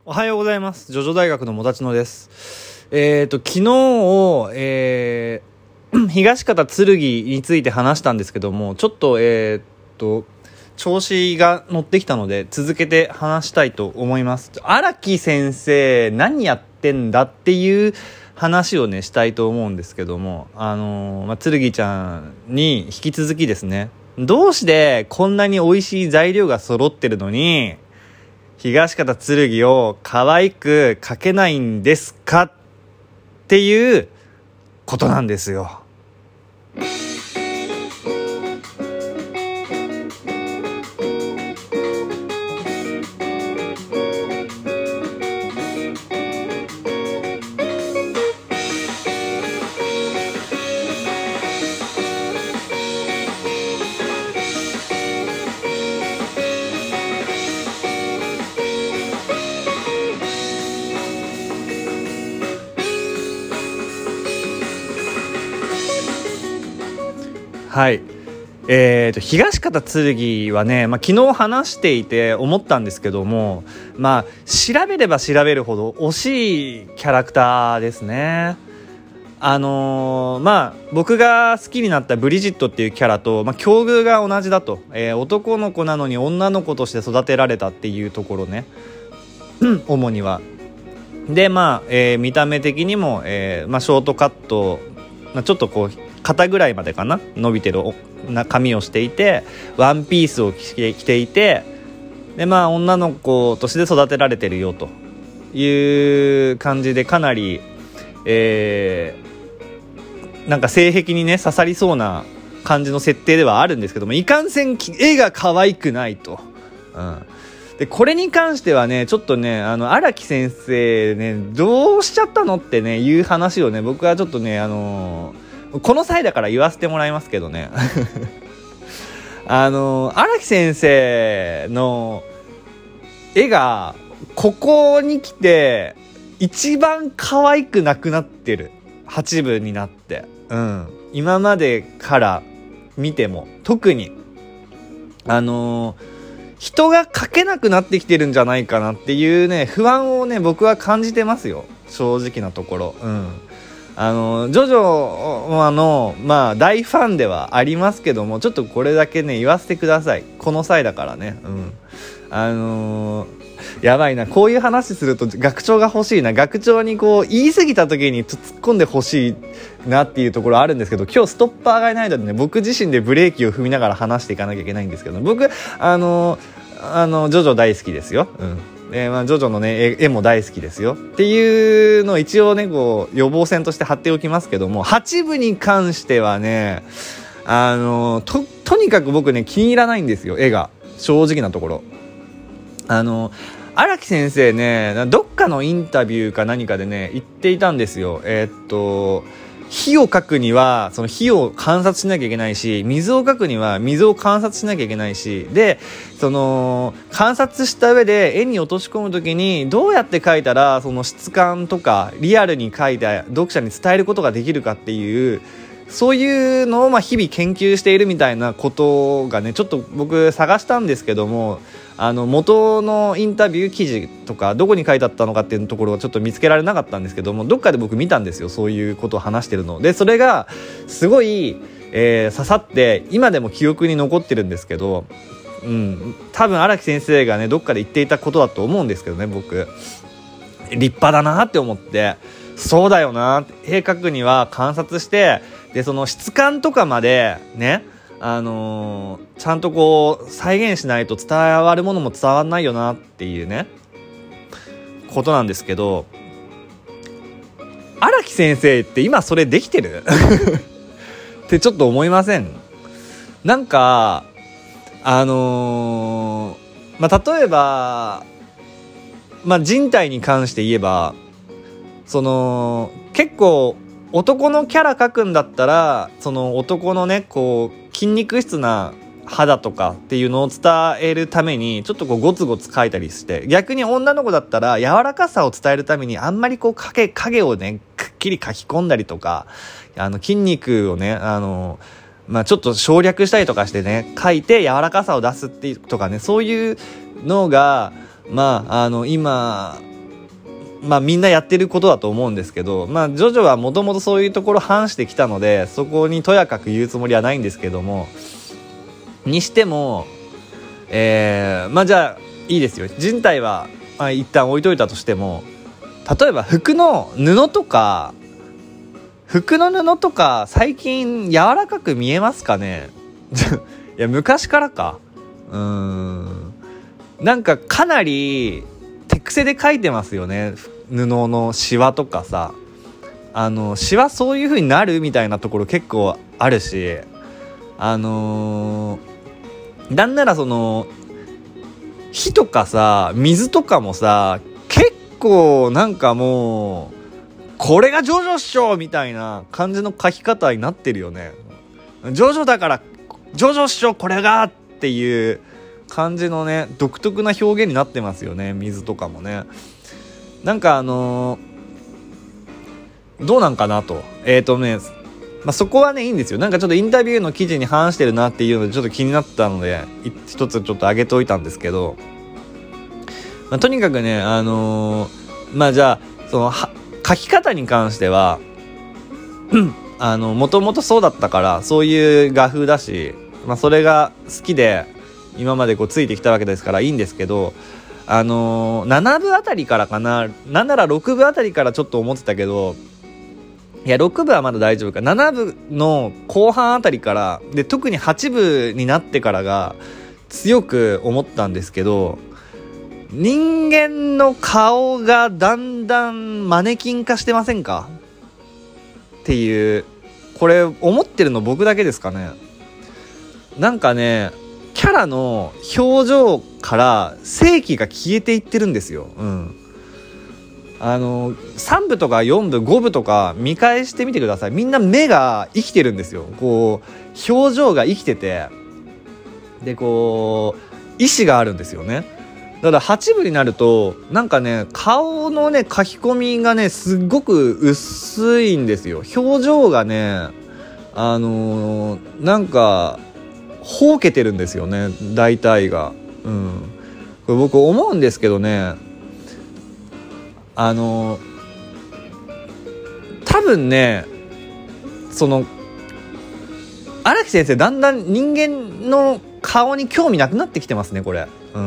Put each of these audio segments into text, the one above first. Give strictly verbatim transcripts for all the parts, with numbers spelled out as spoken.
おはようございます。ジョジョ大学のもたちのです。えっと昨日、えー、東方剣について話したんですけども、ちょっとえっと調子が乗ってきたので続けて話したいと思います。荒木先生何やってんだっていう話をねしたいと思うんですけども、あのー、まあ、剣ちゃんに引き続きですね、どうしてこんなに美味しい材料が揃ってるのに東方剣を可愛く描けないんですかっていうことなんですよ。はい、えーと東方剣はね、まあ、昨日話していて思ったんですけども、まあ調べれば調べるほど惜しいキャラクターですね。あのー、まあ僕が好きになったブリジットっていうキャラと、まあ、境遇が同じだと、えー、男の子なのに女の子として育てられたっていうところね主にはで、まあ、えー、見た目的にも、えーまあ、ショートカット、まあ、ちょっとこう肩ぐらいまでかな伸びてるな髪をしていて、ワンピースを着て、着ていて、でまあ女の子として育てられてるよという感じで、かなり、えー、なんか性癖にね刺さりそうな感じの設定ではあるんですけども、いかんせん絵が可愛くないと、うん、でこれに関してはねちょっとねあの荒木先生ねどうしちゃったのってねいう話をね僕はちょっとねあのーこの際だから言わせてもらいますけどねあの荒木先生の絵がここに来て一番可愛くなくなってる、はちぶになって、うん、今までから見ても特にあの人が描けなくなってきてるんじゃないかなっていうね不安をね僕は感じてますよ、正直なところ。うんあのジョジョの、まあ、大ファンではありますけども、ちょっとこれだけね言わせてください、この際だからね。うんあのー、やばいな、こういう話すると学長が欲しいな、学長にこう言い過ぎた時に突っ込んで欲しいなっていうところあるんですけど、今日ストッパーがいないのでね僕自身でブレーキを踏みながら話していかなきゃいけないんですけど、僕あのー、あのジョジョ大好きですよ。うんえーまあ、ジョジョのね 絵, 絵も大好きですよっていうのを一応ねこう予防線として貼っておきますけども、はちぶに関してはねあの と, とにかく僕ね気に入らないんですよ、絵が。正直なところあの荒木先生ねどっかのインタビューか何かでね言っていたんですよ。えー、っと火を描くにはその火を観察しなきゃいけないし、水を描くには水を観察しなきゃいけないし、でその観察した上で絵に落とし込むときにどうやって描いたらその質感とかリアルに描いて読者に伝えることができるかっていう、そういうのをまあ日々研究しているみたいなことがねちょっと僕探したんですけども、あの元のインタビュー記事とかどこに書いてあったのかっていうところをちょっと見つけられなかったんですけども、どっかで僕見たんですよ、そういうことを話してるので。それがすごい、えー、刺さって今でも記憶に残ってるんですけど、うん、多分荒木先生がねどっかで言っていたことだと思うんですけどね、僕立派だなって思って、そうだよな、絵描くには観察して、でその質感とかまでねあのー、ちゃんとこう再現しないと伝わるものも伝わんないよなっていうねことなんですけど、荒木先生って今それできてるってちょっと思いません？なんかあのー、まあ例えばまあ人体に関して言えば、その結構男のキャラ描くんだったらその男のねこう筋肉質な肌とかっていうのを伝えるためにちょっとこうゴツゴツ描いたりして、逆に女の子だったら柔らかさを伝えるためにあんまりこう影影をねくっきり描き込んだりとか、あの筋肉をねあのまあちょっと省略したりとかしてね描いて柔らかさを出すっていうとかね、そういうのがまああの今まあみんなやってることだと思うんですけど、まあジョジョはもともとそういうところ反してきたので、そこにとやかく言うつもりはないんですけども、にしても、えー、まあじゃあいいですよ。人体は、まあ、一旦置いといたとしても、例えば服の布とか、服の布とか最近柔らかく見えますかねいや昔からか。うーん。なんかかなり手癖で描いてますよね。布のシワとかさ、あのシワそういう風になるみたいなところ結構あるし、あのー、なんならその火とかさ水とかもさ結構なんかもうこれがジョジョっしょみたいな感じの描き方になってるよね。ジョジョだからジョジョっしょこれがっていう感じのね独特な表現になってますよね。水とかもね、なんかあのー、どうなんかなとえーとねまあ、そこはねいいんですよ。なんかちょっとインタビューの記事に反してるなっていうのでちょっと気になったので一つちょっと上げておいたんですけど、まあ、とにかくねあのー、まあじゃあそのは書き方に関してはあのもともとそうだったからそういう画風だし、まあ、それが好きで今までこうついてきたわけですからいいんですけど、あのー、ななぶあたりからかな、なんならろくぶあたりからちょっと思ってたけど、いやろくぶはまだ大丈夫か、ななぶの後半あたりからで特にはちぶになってからが強く思ったんですけど、人間の顔がだんだんマネキン化してませんかっていう、これ思ってるの僕だけですかね。なんかねキャラの表情から正気が消えていってるんですよ。うんあのさんぶとかよんぶごぶとか見返してみてください。みんな目が生きてるんですよ。こう表情が生きてて、でこう意志があるんですよね。だからはちぶになるとなんかね顔のね書き込みがねすっごく薄いんですよ。表情がねあのー、なんかほうけてるんですよね大体が。うんこれ僕思うんですけどね、あの多分ねその荒木先生だんだん人間の顔に興味なくなってきてますねこれ。うん、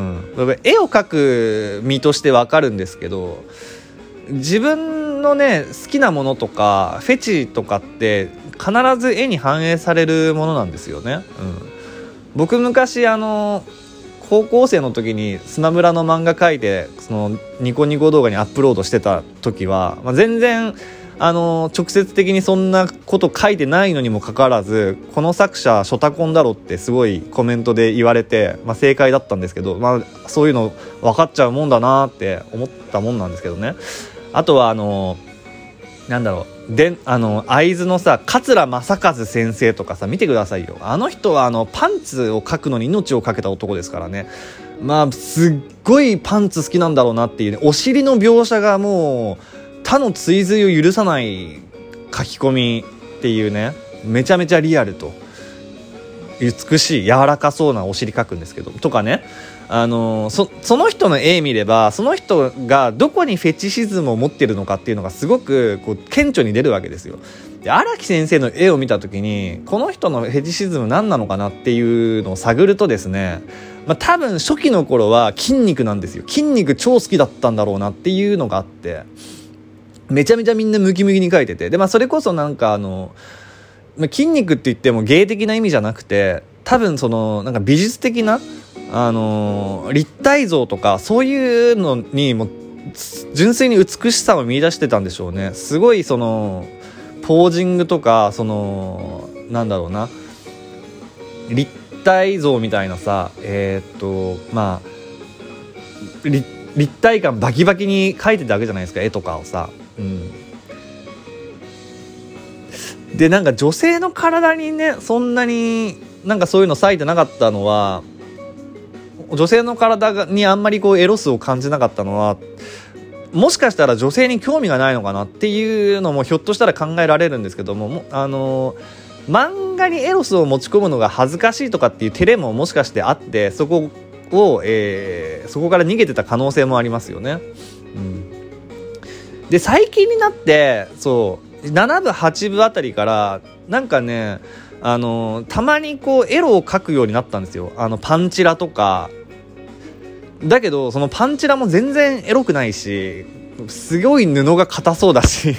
絵を描く身としてわかるんですけど、自分のね好きなものとかフェチとかって必ず絵に反映されるものなんですよね。うん、僕昔あの高校生の時にスマブラの漫画描いてそのニコニコ動画にアップロードしてた時は、まあ、全然あの直接的にそんなこと書いてないのにもかかわらずこの作者ショタコンだろってすごいコメントで言われて、まあ、正解だったんですけど、まあ、そういうの分かっちゃうもんだなって思ったもんなんですけどね。あとはあのなんだろうであの会津のさ桂正和先生とかさ見てくださいよ。あの人はあのパンツを描くのに命をかけた男ですからね。まあすっごいパンツ好きなんだろうなっていう、ね、お尻の描写がもう他の追随を許さない書き込みっていうね、めちゃめちゃリアルと美しい柔らかそうなお尻描くんですけどとかね、あのー、そ, その人の絵見ればその人がどこにフェチシズムを持ってるのかっていうのがすごくこう顕著に出るわけですよ。で荒木先生の絵を見た時にこの人のフェチシズム何なのかなっていうのを探るとですね、まあ、多分初期の頃は筋肉なんですよ。筋肉超好きだったんだろうなっていうのがあって、めちゃめちゃみんなムキムキに描いてて、で、まあ、それこそなんかあの筋肉って言っても芸的な意味じゃなくて多分そのなんか美術的なあのー、立体像とかそういうのにも純粋に美しさを見出してたんでしょうね。すごいそのポージングとかそのなんだろうな立体像みたいなさえー、っとまあ立, 立体感バキバキに描いてたわけじゃないですか絵とかをさ、うん、でなんか女性の体にねそんなになんかそういうの割いてなかったのは、女性の体にあんまりこうエロスを感じなかったのはもしかしたら女性に興味がないのかなっていうのもひょっとしたら考えられるんですけども、もあの漫画にエロスを持ち込むのが恥ずかしいとかっていう照れももしかしてあってそこを、えー、そこから逃げてた可能性もありますよね。うんで最近になってそうなな部はち部あたりからなんかねあのたまにこうエロを描くようになったんですよ。あのパンチラとかだけどそのパンチラも全然エロくないしすごい布が硬そうだし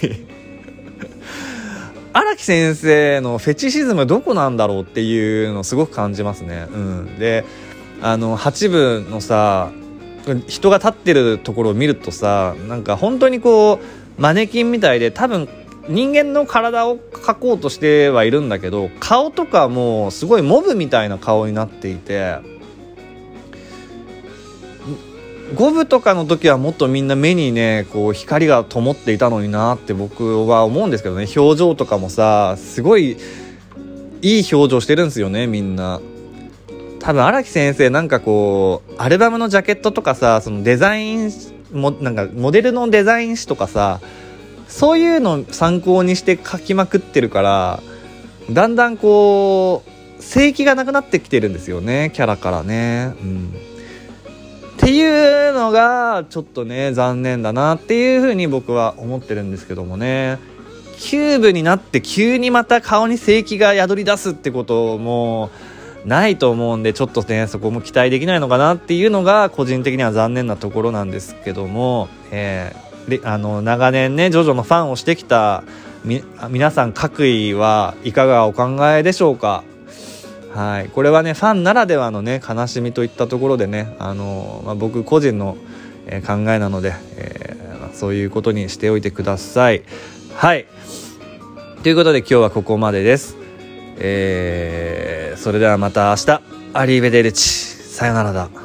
荒木先生のフェチシズムどこなんだろうっていうのをすごく感じますね、うん、であのはち部のさ人が立ってるところを見るとさなんか本当にこうマネキンみたいで多分人間の体を描こうとしてはいるんだけど顔とかもすごいモブみたいな顔になっていてご部とかの時はもっとみんな目にねこう光が灯っていたのになって僕は思うんですけどね。表情とかもさすごいいい表情してるんですよねみんな。多分荒木先生なんかこうアルバムのジャケットとかさそのデザインもなんかモデルのデザイン誌とかさそういうのを参考にして描きまくってるからだんだんこう正気がなくなってきてるんですよねキャラからね、うんっていうのがちょっとね残念だなっていう風に僕は思ってるんですけどもね。きゅう部になって急にまた顔に正気が宿り出すってこともないと思うんでちょっとねそこも期待できないのかなっていうのが個人的には残念なところなんですけども、えー、であの長年ねジョジョのファンをしてきたみ皆さん各位はいかがお考えでしょうか。はい、これはねファンならではのね悲しみといったところでね、あのまあ、僕個人の、えー、考えなので、えー、そういうことにしておいてください。はいということで今日はここまでです、えー、それではまた明日アリーベデルチさよならだ。